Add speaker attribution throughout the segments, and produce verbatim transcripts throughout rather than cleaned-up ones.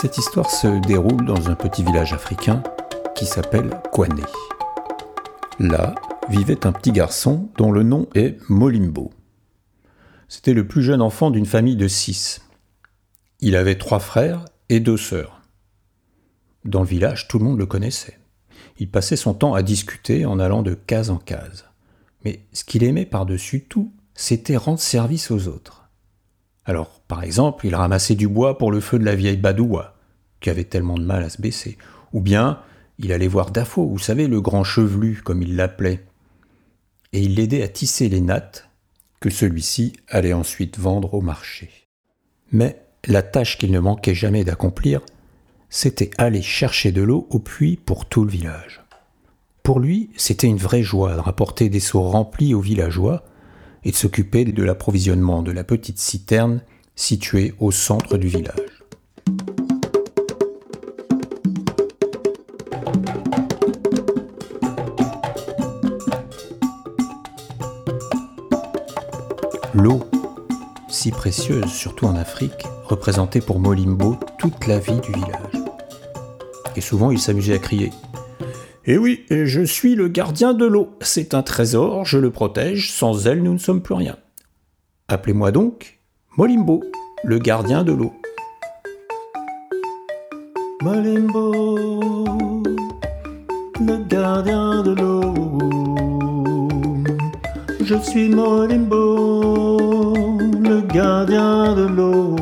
Speaker 1: Cette histoire se déroule dans un petit village africain qui s'appelle Kwane. Là vivait un petit garçon dont le nom est Molimbo. C'était le plus jeune enfant d'une famille de six. Il avait trois frères et deux sœurs. Dans le village, tout le monde le connaissait. Il passait son temps à discuter en allant de case en case. Mais ce qu'il aimait par-dessus tout, c'était rendre service aux autres. Alors, par exemple, il ramassait du bois pour le feu de la vieille Badoua, qui avait tellement de mal à se baisser. Ou bien, il allait voir Dafo, vous savez, le grand chevelu, comme il l'appelait. Et il l'aidait à tisser les nattes, que celui-ci allait ensuite vendre au marché. Mais la tâche qu'il ne manquait jamais d'accomplir, c'était aller chercher de l'eau au puits pour tout le village. Pour lui, c'était une vraie joie de rapporter des seaux remplis aux villageois et de s'occuper de l'approvisionnement de la petite citerne située au centre du village. L'eau, si précieuse, surtout en Afrique, représentait pour Molimbo toute la vie du village. Et souvent, il s'amusait à crier « Eh oui, je suis le gardien de l'eau. C'est un trésor, je le protège. Sans elle, nous ne sommes plus rien. Appelez-moi donc Molimbo, le gardien de l'eau. » Molimbo, le gardien de l'eau. Je suis Molimbo, le gardien de l'eau.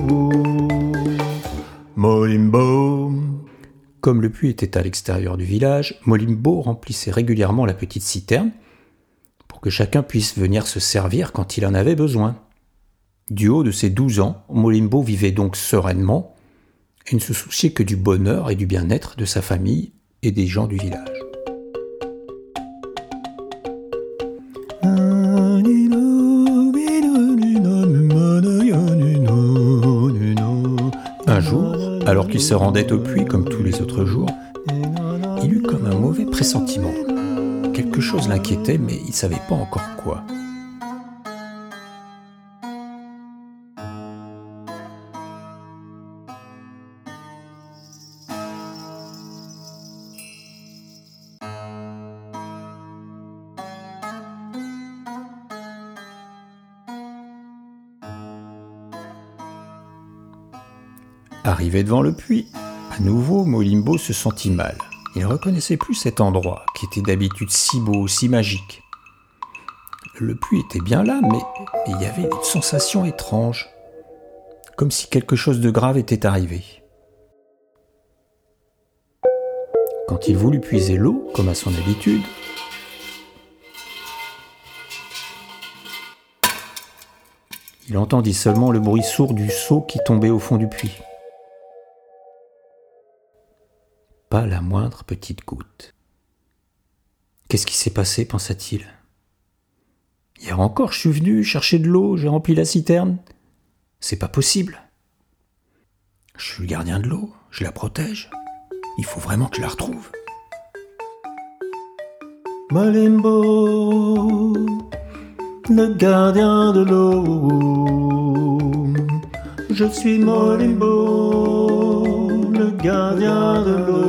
Speaker 1: Molimbo. Comme le puits était à l'extérieur du village, Molimbo remplissait régulièrement la petite citerne pour que chacun puisse venir se servir quand il en avait besoin. Du haut de ses douze ans, Molimbo vivait donc sereinement et ne se souciait que du bonheur et du bien-être de sa famille et des gens du village. Un jour, alors qu'il se rendait au puits comme tous les autres jours, il eut comme un mauvais pressentiment. Quelque chose l'inquiétait, mais il ne savait pas encore quoi. Arrivé devant le puits, à nouveau Molimbo se sentit mal. Il ne reconnaissait plus cet endroit, qui était d'habitude si beau, si magique. Le puits était bien là, mais, mais il y avait une sensation étrange, comme si quelque chose de grave était arrivé. Quand il voulut puiser l'eau, comme à son habitude, il entendit seulement le bruit sourd du seau qui tombait au fond du puits. Pas la moindre petite goutte. Qu'est-ce qui s'est passé, pensa-t-il. Hier encore, je suis venu chercher de l'eau, j'ai rempli la citerne. C'est pas possible. Je suis le gardien de l'eau, je la protège. Il faut vraiment que je la retrouve. Molimbo, le gardien de l'eau. Je suis Molimbo, le gardien de l'eau.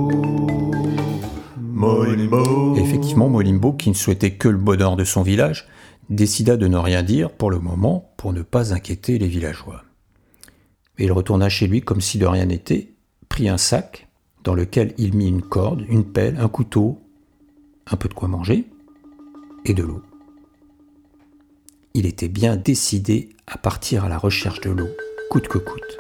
Speaker 1: Molimbo. Et effectivement, Molimbo, qui ne souhaitait que le bonheur de son village, décida de ne rien dire pour le moment pour ne pas inquiéter les villageois. Et il retourna chez lui comme si de rien n'était, prit un sac dans lequel il mit une corde, une pelle, un couteau, un peu de quoi manger et de l'eau. Il était bien décidé à partir à la recherche de l'eau, coûte que coûte.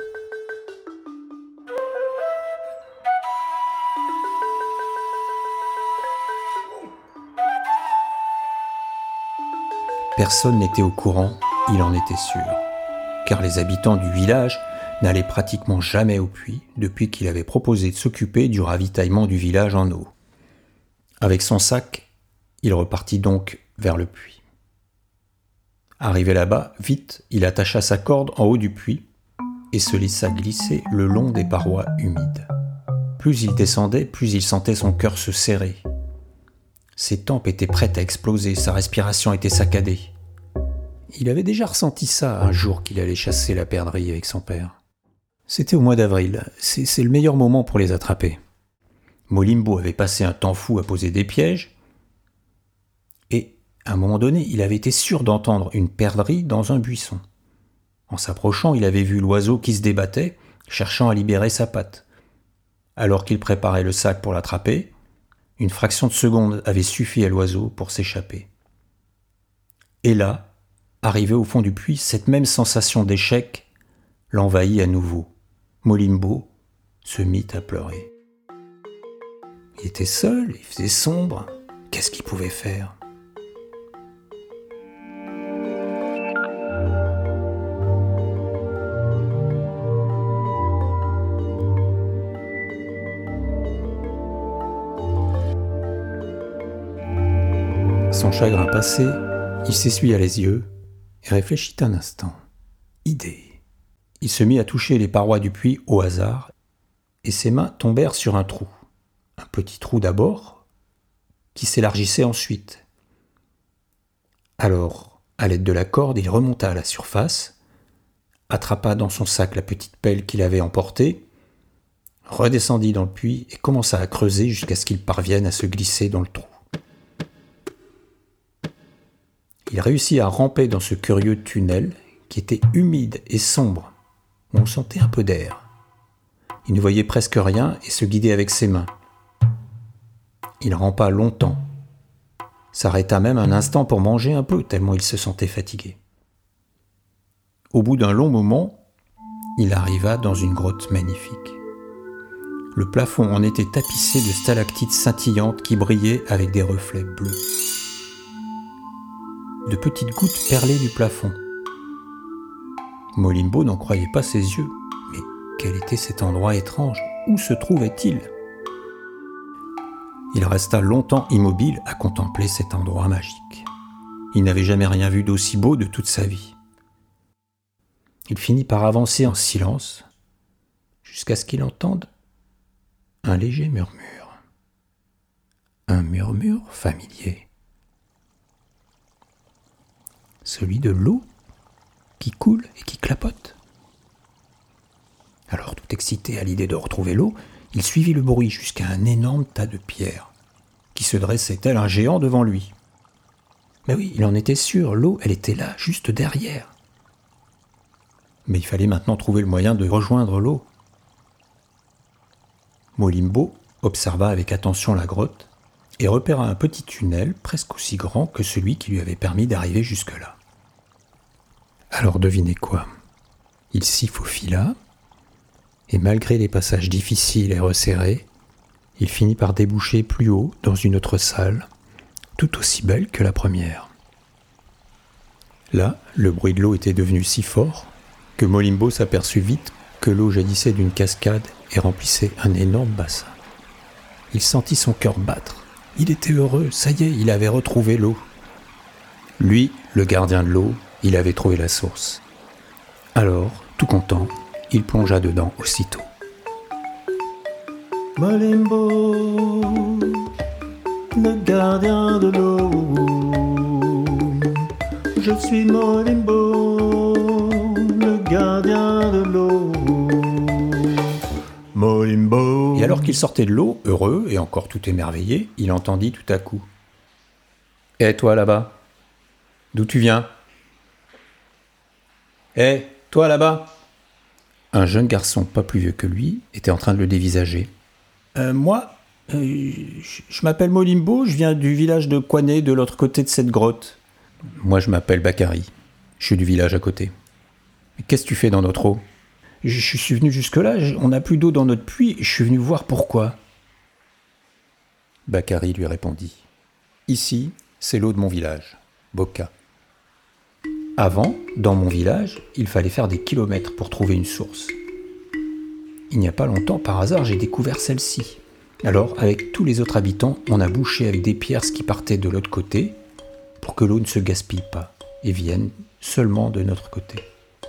Speaker 1: Personne n'était au courant, il en était sûr, car les habitants du village n'allaient pratiquement jamais au puits depuis qu'il avait proposé de s'occuper du ravitaillement du village en eau. Avec son sac, il repartit donc vers le puits. Arrivé là-bas, vite, il attacha sa corde en haut du puits et se laissa glisser le long des parois humides. Plus il descendait, plus il sentait son cœur se serrer. Ses tempes étaient prêtes à exploser, sa respiration était saccadée. Il avait déjà ressenti ça un jour qu'il allait chasser la perdrix avec son père. C'était au mois d'avril, c'est, c'est le meilleur moment pour les attraper. Molimbo avait passé un temps fou à poser des pièges, et à un moment donné, il avait été sûr d'entendre une perdrix dans un buisson. En s'approchant, il avait vu l'oiseau qui se débattait, cherchant à libérer sa patte. Alors qu'il préparait le sac pour l'attraper, une fraction de seconde avait suffi à l'oiseau pour s'échapper. Et là, arrivé au fond du puits, cette même sensation d'échec l'envahit à nouveau. Molimbo se mit à pleurer. Il était seul, il faisait sombre. Qu'est-ce qu'il pouvait faire ? Son chagrin passé, il s'essuya les yeux et réfléchit un instant. Idée. Il se mit à toucher les parois du puits au hasard et ses mains tombèrent sur un trou. Un petit trou d'abord, qui s'élargissait ensuite. Alors, à l'aide de la corde, il remonta à la surface, attrapa dans son sac la petite pelle qu'il avait emportée, redescendit dans le puits et commença à creuser jusqu'à ce qu'il parvienne à se glisser dans le trou. Il réussit à ramper dans ce curieux tunnel qui était humide et sombre, où on sentait un peu d'air. Il ne voyait presque rien et se guidait avec ses mains. Il rampa longtemps, s'arrêta même un instant pour manger un peu, tellement il se sentait fatigué. Au bout d'un long moment, il arriva dans une grotte magnifique. Le plafond en était tapissé de stalactites scintillantes qui brillaient avec des reflets bleus. De petites gouttes perlaient du plafond. Molimbo n'en croyait pas ses yeux. Mais quel était cet endroit étrange ? Où se trouvait-il ? Il resta longtemps immobile à contempler cet endroit magique. Il n'avait jamais rien vu d'aussi beau de toute sa vie. Il finit par avancer en silence, jusqu'à ce qu'il entende un léger murmure. Un murmure familier. Celui de l'eau qui coule et qui clapote. Alors, tout excité à l'idée de retrouver l'eau, il suivit le bruit jusqu'à un énorme tas de pierres, qui se dressait tel un géant devant lui. Mais oui, il en était sûr, l'eau, elle était là, juste derrière. Mais il fallait maintenant trouver le moyen de rejoindre l'eau. Molimbo observa avec attention la grotte et repéra un petit tunnel presque aussi grand que celui qui lui avait permis d'arriver jusque-là. Alors devinez quoi ? Il s'y faufila, et malgré les passages difficiles et resserrés, il finit par déboucher plus haut dans une autre salle, tout aussi belle que la première. Là, le bruit de l'eau était devenu si fort que Molimbo s'aperçut vite que l'eau jaillissait d'une cascade et remplissait un énorme bassin. Il sentit son cœur battre. Il était heureux, ça y est, il avait retrouvé l'eau. Lui, le gardien de l'eau, il avait trouvé la source. Alors, tout content, il plongea dedans aussitôt.
Speaker 2: Molimbo, le gardien de l'eau. Je suis Molimbo, le gardien de l'eau. Molimbo.
Speaker 1: Et alors qu'il sortait de l'eau, heureux et encore tout émerveillé, il entendit tout à coup. « Hé, toi là-bas, d'où tu viens ? Hé, toi là-bas !» Un jeune garçon, pas plus vieux que lui, était en train de le dévisager. Euh, « Moi, euh, je, je m'appelle Molimbo, je viens du village de Kwané, de l'autre côté de cette grotte. »« Moi, je m'appelle Bakary, je suis du village à côté. »« Mais qu'est-ce que tu fais dans notre eau ? » ?»« Je, je suis venu jusque-là, je, on n'a plus d'eau dans notre puits, je suis venu voir pourquoi. » Bakary lui répondit. « Ici, c'est l'eau de mon village, Boka. Avant, dans mon village, il fallait faire des kilomètres pour trouver une source. Il n'y a pas longtemps, par hasard, j'ai découvert celle-ci. Alors, avec tous les autres habitants, on a bouché avec des pierres ce qui partait de l'autre côté pour que l'eau ne se gaspille pas et vienne seulement de notre côté. »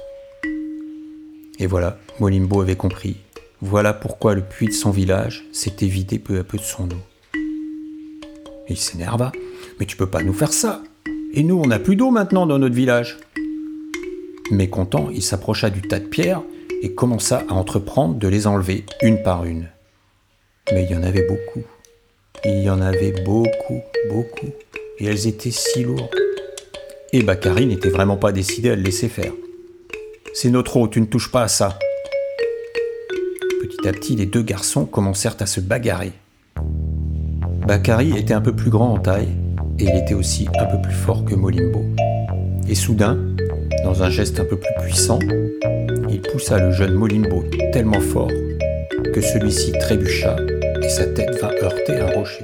Speaker 1: Et voilà, Molimbo avait compris. Voilà pourquoi le puits de son village s'était vidé peu à peu de son eau. Et il s'énerva. « Mais tu peux pas nous faire ça ! Et nous, on n'a plus d'eau maintenant dans notre village. » Mécontent, il s'approcha du tas de pierres et commença à entreprendre de les enlever une par une. Mais il y en avait beaucoup. Il y en avait beaucoup, beaucoup. Et elles étaient si lourdes. Et Bakary n'était vraiment pas décidé à le laisser faire. « C'est notre eau, tu ne touches pas à ça !» Petit à petit, les deux garçons commencèrent à se bagarrer. Bakary était un peu plus grand en taille, et il était aussi un peu plus fort que Molimbo. Et soudain, dans un geste un peu plus puissant, il poussa le jeune Molimbo tellement fort que celui-ci trébucha et sa tête vint heurter un rocher.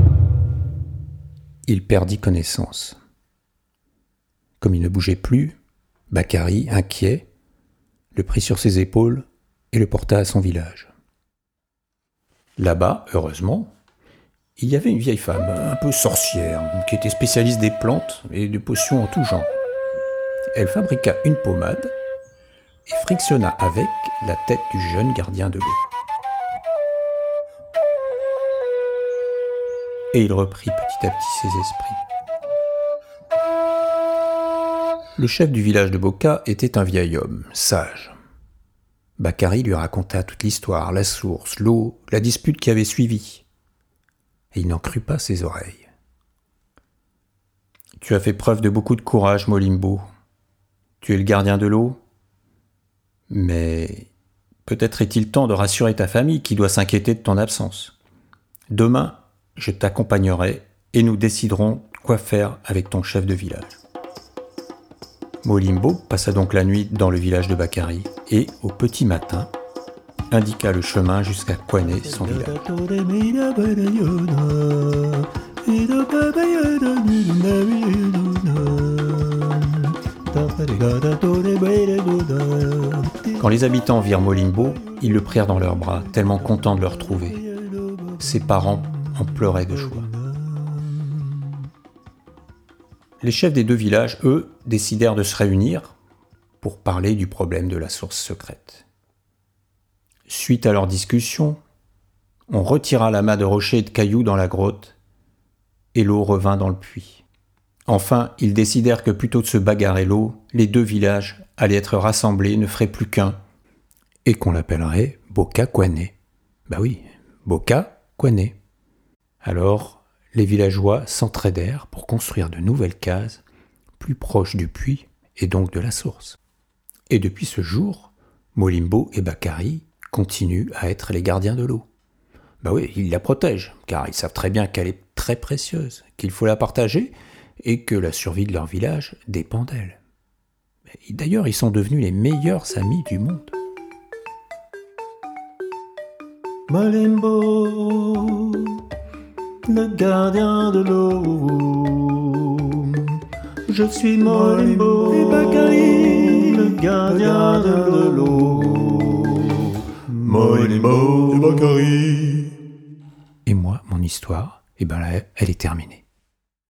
Speaker 1: Il perdit connaissance. Comme il ne bougeait plus, Bakary, inquiet, le prit sur ses épaules et le porta à son village. Là-bas, heureusement, il y avait une vieille femme, un peu sorcière, qui était spécialiste des plantes et de potions en tout genre. Elle fabriqua une pommade et frictionna avec la tête du jeune gardien de l'eau. Et il reprit petit à petit ses esprits. Le chef du village de Boka était un vieil homme, sage. Bakary lui raconta toute l'histoire, la source, l'eau, la dispute qui avait suivi. Et il n'en crut pas ses oreilles. « Tu as fait preuve de beaucoup de courage, Molimbo. Tu es le gardien de l'eau. Mais peut-être est-il temps de rassurer ta famille qui doit s'inquiéter de ton absence. Demain, je t'accompagnerai et nous déciderons quoi faire avec ton chef de village. » Molimbo passa donc la nuit dans le village de Bakary et, au petit matin, indiqua le chemin jusqu'à Kouané, son village. Quand les habitants virent Molimbo, ils le prirent dans leurs bras, tellement contents de le retrouver. Ses parents en pleuraient de joie. Les chefs des deux villages, eux, décidèrent de se réunir pour parler du problème de la source secrète. Suite à leur discussion, on retira l'amas de rochers et de cailloux dans la grotte et l'eau revint dans le puits. Enfin, ils décidèrent que plutôt de se bagarrer l'eau, les deux villages allaient être rassemblés, ne feraient plus qu'un, et qu'on l'appellerait Boka Kouané. Bah oui, Boka Kouané. Alors, les villageois s'entraidèrent pour construire de nouvelles cases plus proches du puits et donc de la source. Et depuis ce jour, Molimbo et Bakary continuent à être les gardiens de l'eau. Bah oui, ils la protègent, car ils savent très bien qu'elle est très précieuse, qu'il faut la partager et que la survie de leur village dépend d'elle. Et d'ailleurs, ils sont devenus les meilleurs amis du monde.
Speaker 2: Molimbo, le gardien de l'eau. Je suis Molimbo et Bakary, le gardien de l'eau. Molimbo et Bakary.
Speaker 1: Et moi, mon histoire, eh ben là, elle est terminée.